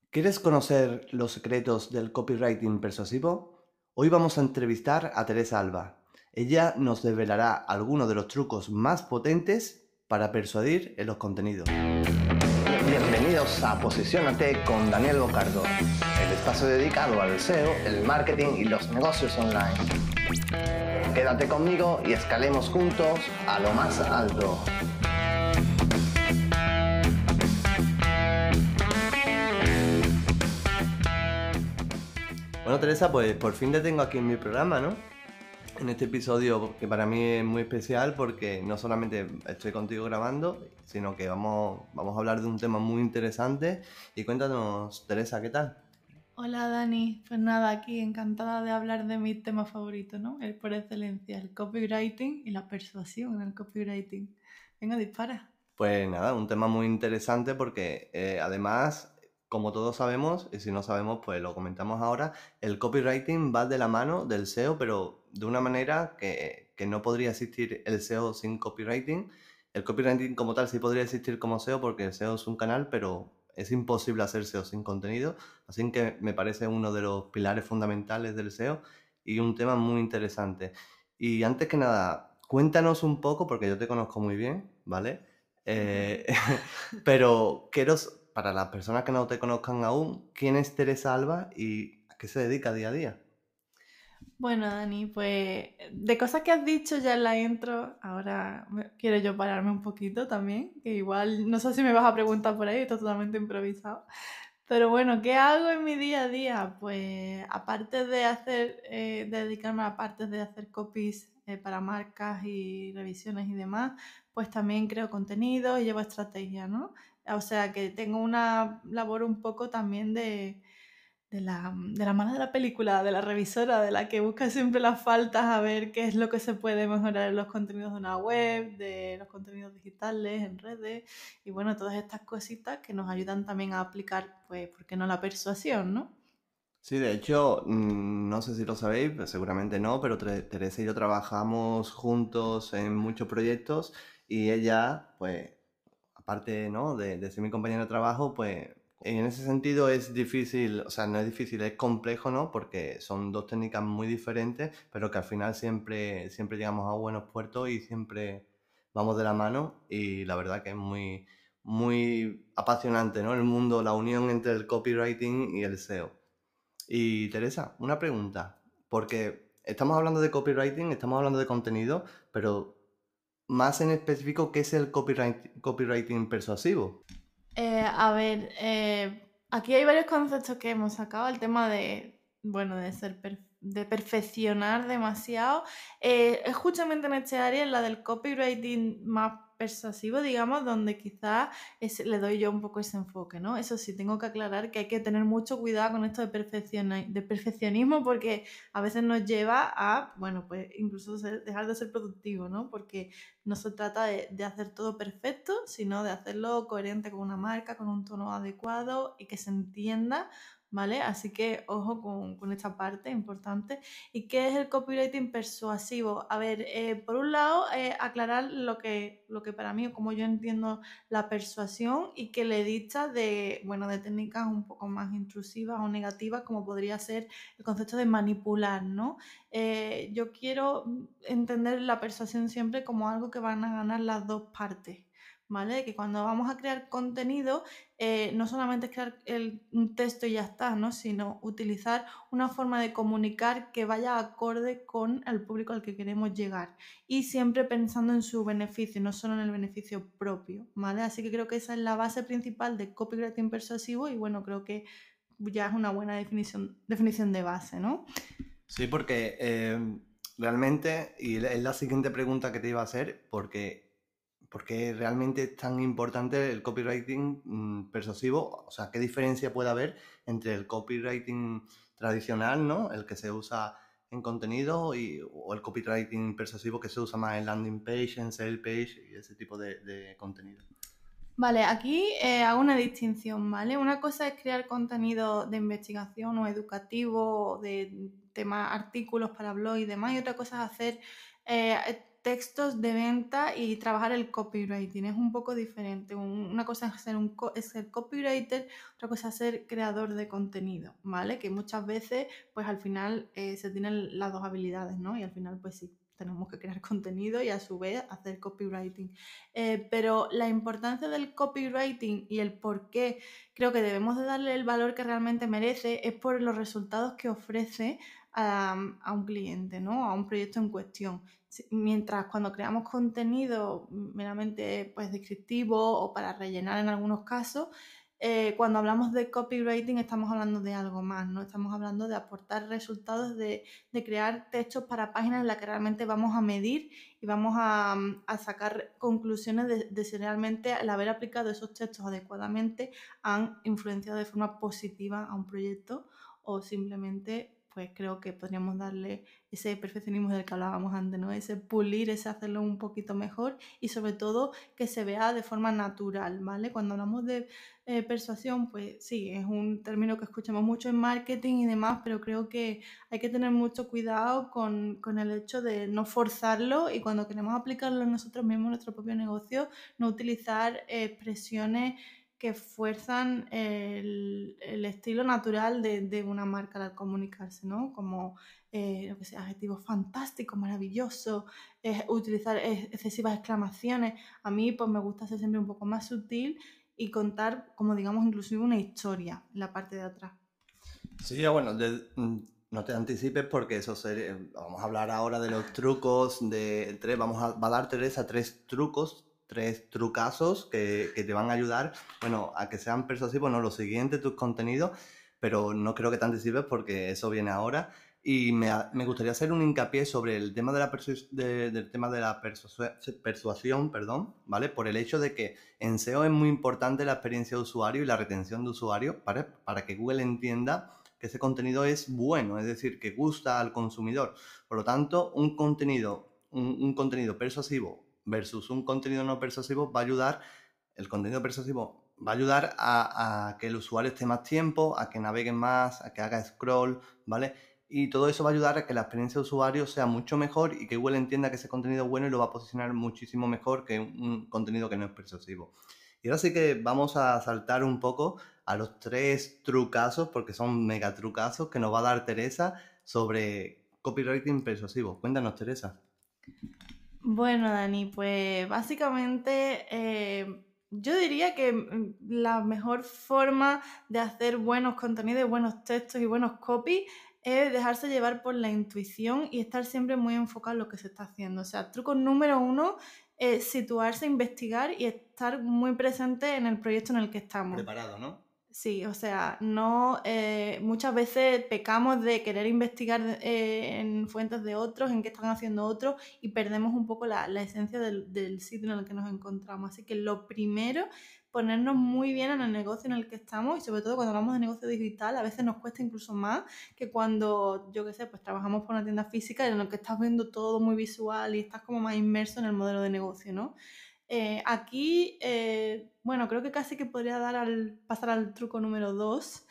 ¿Quieres conocer los secretos del copywriting persuasivo? Hoy vamos a entrevistar a Teresa Alba. Ella nos develará algunos de los trucos más potentes para persuadir en los contenidos. Bienvenidos a Posiciónate con Daniel Bocardo, el espacio dedicado al SEO, el marketing y los negocios online. Quédate conmigo y escalemos juntos a lo más alto. Bueno, Teresa, pues por fin te tengo aquí en mi programa, ¿no? En este episodio que para mí es muy especial porque no solamente estoy contigo grabando, sino que vamos a hablar de un tema muy interesante. Y cuéntanos, Teresa, ¿qué tal? Hola Dani, pues nada, aquí encantada de hablar de mi tema favorito, ¿no? El por excelencia, el copywriting y la persuasión en el copywriting. Venga, dispara. Pues nada, un tema muy interesante porque además, como todos sabemos, y si no sabemos, pues lo comentamos ahora, el copywriting va de la mano del SEO, pero de una manera que no podría existir el SEO sin copywriting. El copywriting como tal sí podría existir como SEO porque el SEO es un canal, pero es imposible hacer SEO sin contenido. Así que me parece uno de los pilares fundamentales del SEO y un tema muy interesante. Y antes que nada, cuéntanos un poco, porque yo te conozco muy bien, ¿vale? Eh, pero para las personas que no te conozcan aún, ¿quién es Teresa Alba y a qué se dedica día a día? Bueno, Dani, pues de cosas que has dicho ya en la intro, ahora quiero yo pararme un poquito también, que igual no sé si me vas a preguntar por ahí, esto es totalmente improvisado. Pero bueno, ¿qué hago en mi día a día? Pues aparte de de dedicarme a partes de hacer copies para marcas y revisiones y demás, pues también creo contenido y llevo estrategia, ¿no? O sea que tengo una labor un poco también de la mano de la película, de la revisora, de la que busca siempre las faltas a ver qué es lo que se puede mejorar en los contenidos de una web, de los contenidos digitales, en redes, y bueno, todas estas cositas que nos ayudan también a aplicar, pues, ¿por qué no la persuasión, no? Sí, de hecho, no sé si lo sabéis, pues seguramente no, pero Teresa y yo trabajamos juntos en muchos proyectos y ella, pues, aparte, ¿no? de ser mi compañera de trabajo, pues en ese sentido es difícil, o sea, no es difícil, es complejo, ¿no? Porque son dos técnicas muy diferentes, pero que al final siempre llegamos a buenos puertos y siempre vamos de la mano y la verdad que es muy apasionante, ¿no? El mundo, la unión entre el copywriting y el SEO. Y Teresa, una pregunta, porque estamos hablando de copywriting, estamos hablando de contenido, pero más en específico, ¿qué es el copywriting persuasivo? A ver, aquí hay varios conceptos que hemos sacado. El tema de, bueno, de perfeccionar demasiado. Es justamente en este área, en la del copywriting más persuasivo, digamos, donde quizás le doy yo un poco ese enfoque, ¿no? Eso sí, tengo que aclarar que hay que tener mucho cuidado con esto de perfeccionismo porque a veces nos lleva a, bueno, pues incluso dejar de ser productivo, ¿no? Porque no se trata de hacer todo perfecto, sino de hacerlo coherente con una marca, con un tono adecuado y que se entienda, ¿vale? Así que ojo con esta parte importante. ¿Y qué es el copywriting persuasivo? A ver, por un lado, aclarar lo que para mí, o como yo entiendo la persuasión y que le dicta de, bueno, de técnicas un poco más intrusivas o negativas, como podría ser el concepto de manipular, ¿no? Yo quiero entender la persuasión siempre como algo que van a ganar las dos partes, ¿vale? Que cuando vamos a crear contenido, no solamente es crear un texto y ya está, ¿no? Sino utilizar una forma de comunicar que vaya acorde con el público al que queremos llegar y siempre pensando en su beneficio, no solo en el beneficio propio, ¿vale? Así que creo que esa es la base principal de copywriting persuasivo y bueno, creo que ya es una buena definición de base, ¿no? Sí, porque realmente, y es la siguiente pregunta que te iba a hacer, porque realmente es tan importante el copywriting persuasivo, o sea, ¿qué diferencia puede haber entre el copywriting tradicional, ¿no? El que se usa en contenido o el copywriting persuasivo que se usa más en landing page, en sale page y ese tipo de contenido. Vale, aquí hago una distinción, ¿vale? Una cosa es crear contenido de investigación o educativo, de temas, artículos para blog y demás, y otra cosa es hacer textos de venta y trabajar el copywriting. Es un poco diferente. Una cosa es ser copywriter, otra cosa es ser creador de contenido, ¿vale? Que muchas veces, pues al final se tienen las dos habilidades, ¿no? Y al final, pues sí, tenemos que crear contenido y a su vez hacer copywriting. Pero la importancia del copywriting y el por qué creo que debemos de darle el valor que realmente merece es por los resultados que ofrece a un cliente, ¿no? A un proyecto en cuestión. Mientras cuando creamos contenido meramente pues, descriptivo o para rellenar en algunos casos, cuando hablamos de copywriting estamos hablando de algo más, ¿no? Estamos hablando de aportar resultados, de crear textos para páginas en las que realmente vamos a medir y vamos a sacar conclusiones de si realmente al haber aplicado esos textos adecuadamente han influenciado de forma positiva a un proyecto o simplemente pues creo que podríamos darle ese perfeccionismo del que hablábamos antes, ¿no? Ese pulir, ese hacerlo un poquito mejor y sobre todo que se vea de forma natural, ¿vale? Cuando hablamos de persuasión, pues sí, es un término que escuchamos mucho en marketing y demás, pero creo que hay que tener mucho cuidado con el hecho de no forzarlo y cuando queremos aplicarlo nosotros mismos en nuestro propio negocio, no utilizar expresiones que fuerzan el estilo natural de una marca al comunicarse, ¿no? Como lo que sea, adjetivos fantásticos, maravilloso, utilizar excesivas exclamaciones. A mí pues me gusta ser siempre un poco más sutil y contar, como digamos, inclusive una historia en la parte de atrás. Sí, bueno, no te anticipes porque vamos a hablar ahora de los trucos va a dar Teresa tres trucos, tres trucazos que te van a ayudar, bueno, a que sean persuasivos, no lo siguiente, tus contenidos, pero no creo que te anticipes porque eso viene ahora. Y me gustaría hacer un hincapié sobre el tema de del tema de la persuasión, perdón, ¿vale? Por el hecho de que en SEO es muy importante la experiencia de usuario y la retención de usuario para que Google entienda que ese contenido es bueno, es decir, que gusta al consumidor. Por lo tanto, un contenido persuasivo versus un contenido no persuasivo el contenido persuasivo va a ayudar a que el usuario esté más tiempo, a que navegue más, a que haga scroll, ¿vale? Y todo eso va a ayudar a que la experiencia de usuario sea mucho mejor y que Google entienda que ese contenido es bueno y lo va a posicionar muchísimo mejor que un contenido que no es persuasivo. Y ahora sí que vamos a saltar un poco a los tres trucazos, porque son mega trucazos que nos va a dar Teresa sobre copywriting persuasivo. Cuéntanos, Teresa. Bueno, Dani, pues básicamente yo diría que la mejor forma de hacer buenos contenidos, buenos textos y buenos copy es dejarse llevar por la intuición y estar siempre muy enfocado en lo que se está haciendo. O sea, truco número uno es situarse, investigar y estar muy presente en el proyecto en el que estamos. Preparado, ¿no? Sí, o sea, no muchas veces pecamos de querer investigar en fuentes de otros, en qué están haciendo otros y perdemos un poco la esencia del sitio en el que nos encontramos. Así que lo primero, ponernos muy bien en el negocio en el que estamos y sobre todo cuando hablamos de negocio digital, a veces nos cuesta incluso más que cuando, yo qué sé, pues trabajamos por una tienda física en la que estás viendo todo muy visual y estás como más inmerso en el modelo de negocio, ¿no? Aquí, bueno, creo que casi que podría pasar al truco número 2.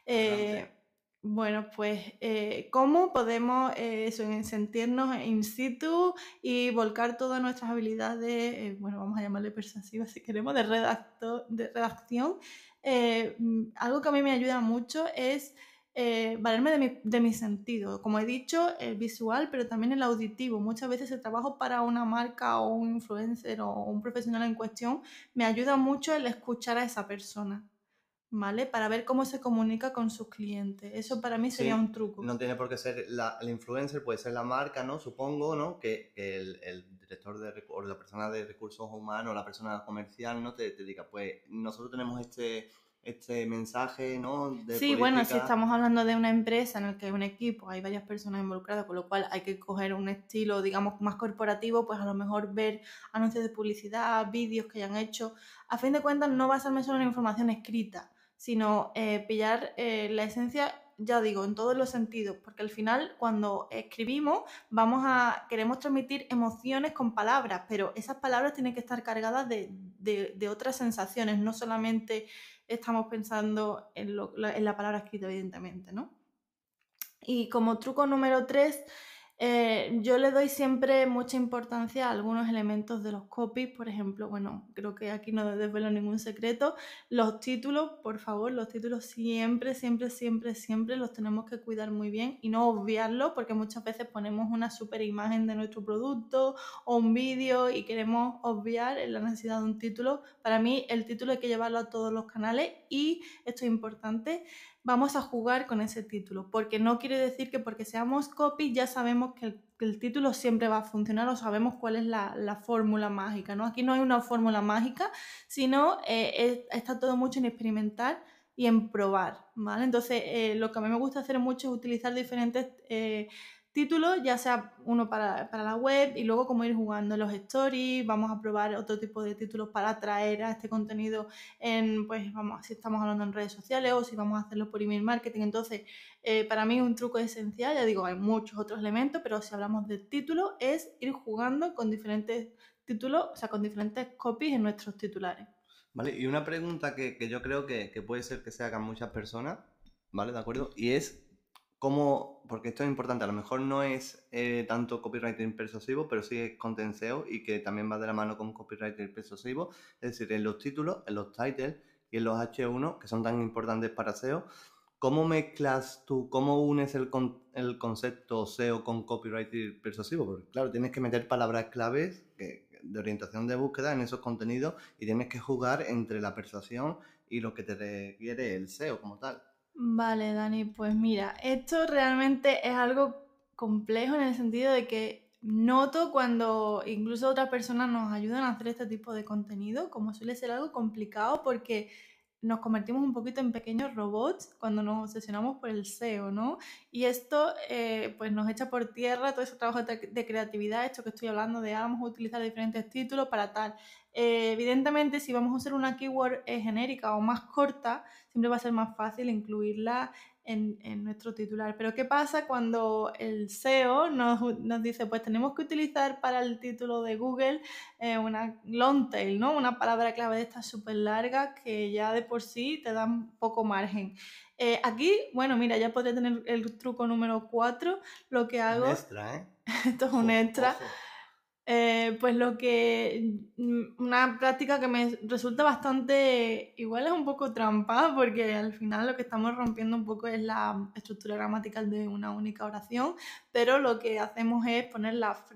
Bueno, pues, ¿cómo podemos sentirnos in situ y volcar todas nuestras habilidades, bueno, vamos a llamarle persuasivas si queremos, de redacción? Algo que a mí me ayuda mucho es valerme de mi sentido. Como he dicho, el visual, pero también el auditivo. Muchas veces el trabajo para una marca o un influencer o un profesional en cuestión me ayuda mucho el escuchar a esa persona, ¿vale? Para ver cómo se comunica con sus clientes. Eso para mí sería un truco. No tiene por qué ser el influencer, puede ser la marca, ¿no? Supongo, ¿no? Que el director o la persona de recursos humanos, la persona comercial, ¿no? Te diga, pues nosotros tenemos este mensaje, ¿no? De sí, política. Bueno, si estamos hablando de una empresa en la que hay un equipo, hay varias personas involucradas, con lo cual hay que coger un estilo, digamos, más corporativo, pues a lo mejor ver anuncios de publicidad, vídeos que hayan hecho. A fin de cuentas, no basarme solo en información escrita, sino pillar la esencia, ya digo, en todos los sentidos, porque al final cuando escribimos queremos transmitir emociones con palabras, pero esas palabras tienen que estar cargadas de otras sensaciones, no solamente estamos pensando en la palabra escrita, evidentemente, ¿no? Y como truco número 3, Yo le doy siempre mucha importancia a algunos elementos de los copies, por ejemplo, bueno, creo que aquí no desvelo ningún secreto, los títulos, por favor, los títulos siempre, siempre, siempre, siempre los tenemos que cuidar muy bien y no obviarlos porque muchas veces ponemos una super imagen de nuestro producto o un vídeo y queremos obviar la necesidad de un título. Para mí el título hay que llevarlo a todos los canales y esto es importante, vamos a jugar con ese título, porque no quiere decir que porque seamos copy ya sabemos que el título siempre va a funcionar o sabemos cuál es la fórmula mágica, ¿no? Aquí no hay una fórmula mágica, sino está todo mucho en experimentar y en probar, ¿vale? Entonces, lo que a mí me gusta hacer mucho es utilizar diferentes títulos, ya sea uno para la web y luego como ir jugando en los stories, vamos a probar otro tipo de títulos para atraer a este contenido en, pues vamos, si estamos hablando en redes sociales o si vamos a hacerlo por email marketing. Entonces, para mí un truco esencial, ya digo, hay muchos otros elementos, pero si hablamos de título, es ir jugando con diferentes títulos, o sea, con diferentes copies en nuestros titulares. ¿Vale? Y una pregunta que yo creo que puede ser que se hagan muchas personas, ¿vale? ¿De acuerdo? Y es cómo, porque esto es importante, a lo mejor no es tanto copywriting persuasivo, pero sí es content SEO y que también va de la mano con copywriting persuasivo, es decir, en los títulos, en los titles y en los H1, que son tan importantes para SEO, ¿cómo mezclas tú, cómo unes el concepto SEO con copywriting persuasivo? Porque claro, tienes que meter palabras claves de orientación de búsqueda en esos contenidos y tienes que jugar entre la persuasión y lo que te requiere el SEO como tal. Vale, Dani, pues mira, esto realmente es algo complejo en el sentido de que noto cuando incluso otras personas nos ayudan a hacer este tipo de contenido, como suele ser algo complicado porque nos convertimos un poquito en pequeños robots cuando nos obsesionamos por el SEO, ¿no? Y esto pues nos echa por tierra todo ese trabajo de creatividad, esto que estoy hablando de vamos a utilizar diferentes títulos para tal. Evidentemente, si vamos a usar una keyword genérica o más corta, siempre va a ser más fácil incluirla en nuestro titular. Pero ¿qué pasa cuando el SEO nos dice, pues tenemos que utilizar para el título de Google una long tail, ¿no? Una palabra clave de estas súper largas que ya de por sí te dan poco margen. Aquí, bueno, mira, ya podría tener el truco número 4. Lo que Un hago, extra, ¿eh? esto es un Ojo, extra, ojo. pues lo que una práctica que me resulta bastante, igual es un poco trampa, porque al final lo que estamos rompiendo un poco es la estructura gramatical de una única oración, pero lo que hacemos es poner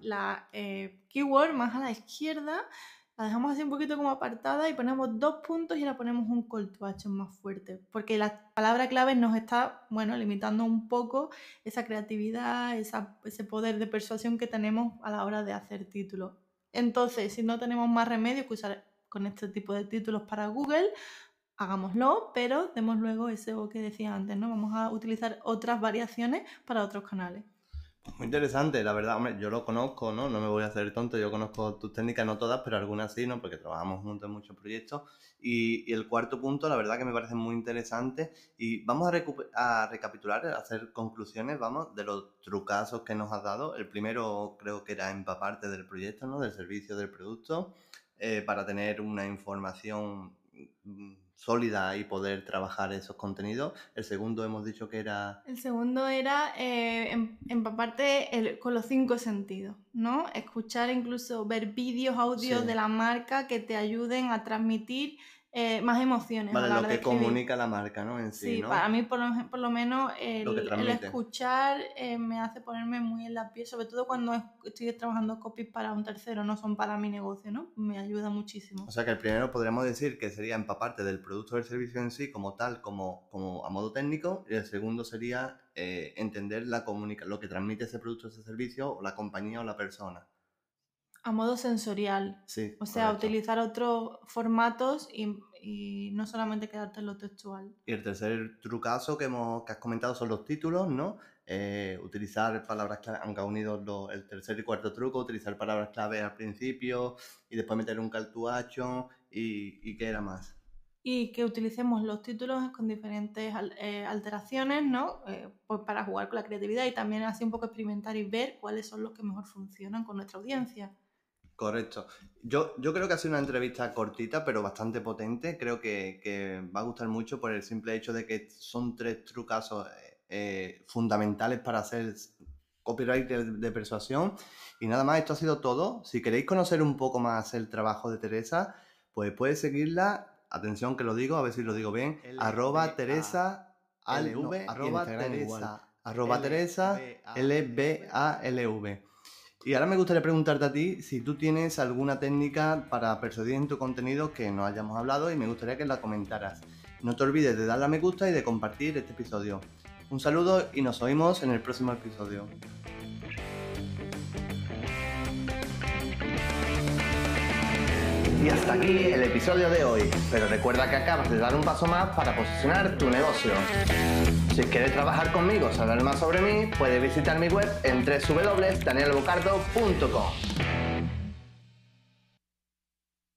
la keyword más a la izquierda, la dejamos así un poquito como apartada y ponemos 2 puntos y ahora ponemos un call to action más fuerte, porque la palabra clave nos está, bueno, limitando un poco esa creatividad, ese poder de persuasión que tenemos a la hora de hacer títulos. Entonces, si no tenemos más remedio que usar con este tipo de títulos para Google, hagámoslo, pero demos luego ese que decía antes, ¿no? Vamos a utilizar otras variaciones para otros canales. Muy interesante, la verdad, hombre, yo lo conozco, ¿no? No me voy a hacer tonto, yo conozco tus técnicas, no todas, pero algunas sí, ¿no? Porque trabajamos juntos en muchos proyectos. Y el cuarto punto, la verdad que me parece muy interesante. Y vamos a recapitular, a hacer conclusiones, vamos, de los trucazos que nos has dado. El primero creo que era empaparte del proyecto, ¿no? Del servicio, del producto, para tener una información sólida y poder trabajar esos contenidos. El segundo hemos dicho que era... El segundo era empaparte con los 5 sentidos, ¿no? Escuchar, incluso ver vídeos, audios de Sí. la marca que te ayuden a transmitir más emociones a Vale, la lo hora de que escribir. comunica la marca, ¿no? En sí, Sí, para ¿no? mí por lo menos Lo que el transmite. escuchar me hace ponerme muy en la piel, sobre todo cuando estoy trabajando copies para un tercero, no son para mi negocio, ¿no? Me ayuda O muchísimo. sea que el primero podríamos decir que sería empaparte del producto o del servicio en sí como tal, como a modo técnico, y el segundo sería entender lo que transmite ese producto o ese servicio o la compañía o la persona. A modo sensorial, Sí, o sea, correcto. utilizar otros formatos y no solamente quedarte en lo textual. Y el tercer trucazo que has comentado son los títulos, ¿no? Utilizar palabras clave, aunque ha unido el tercer y cuarto truco, utilizar palabras clave al principio y después meter un call to action y ¿qué era más? Y que utilicemos los títulos con diferentes alteraciones, ¿no? Pues para jugar con la creatividad y también así un poco experimentar y ver cuáles son los que mejor funcionan con nuestra audiencia. Correcto. Yo creo que ha sido una entrevista cortita, pero bastante potente. Creo que va a gustar mucho por el simple hecho de que son tres trucazos fundamentales para hacer copyright de persuasión. Y nada más, esto ha sido todo. Si queréis conocer un poco más el trabajo de Teresa, pues puedes seguirla, atención que lo digo, a ver si lo digo bien, @Teresa LV, @Teresa LBALV. Y ahora me gustaría preguntarte a ti si tú tienes alguna técnica para persuadir en tu contenido que no hayamos hablado y me gustaría que la comentaras. No te olvides de darle a me gusta y de compartir este episodio. Un saludo y nos oímos en el próximo episodio. Y hasta aquí el episodio de hoy, pero recuerda que acabas de dar un paso más para posicionar tu negocio. Si quieres trabajar conmigo o saber más sobre mí, puedes visitar mi web en www.danielbocardo.com.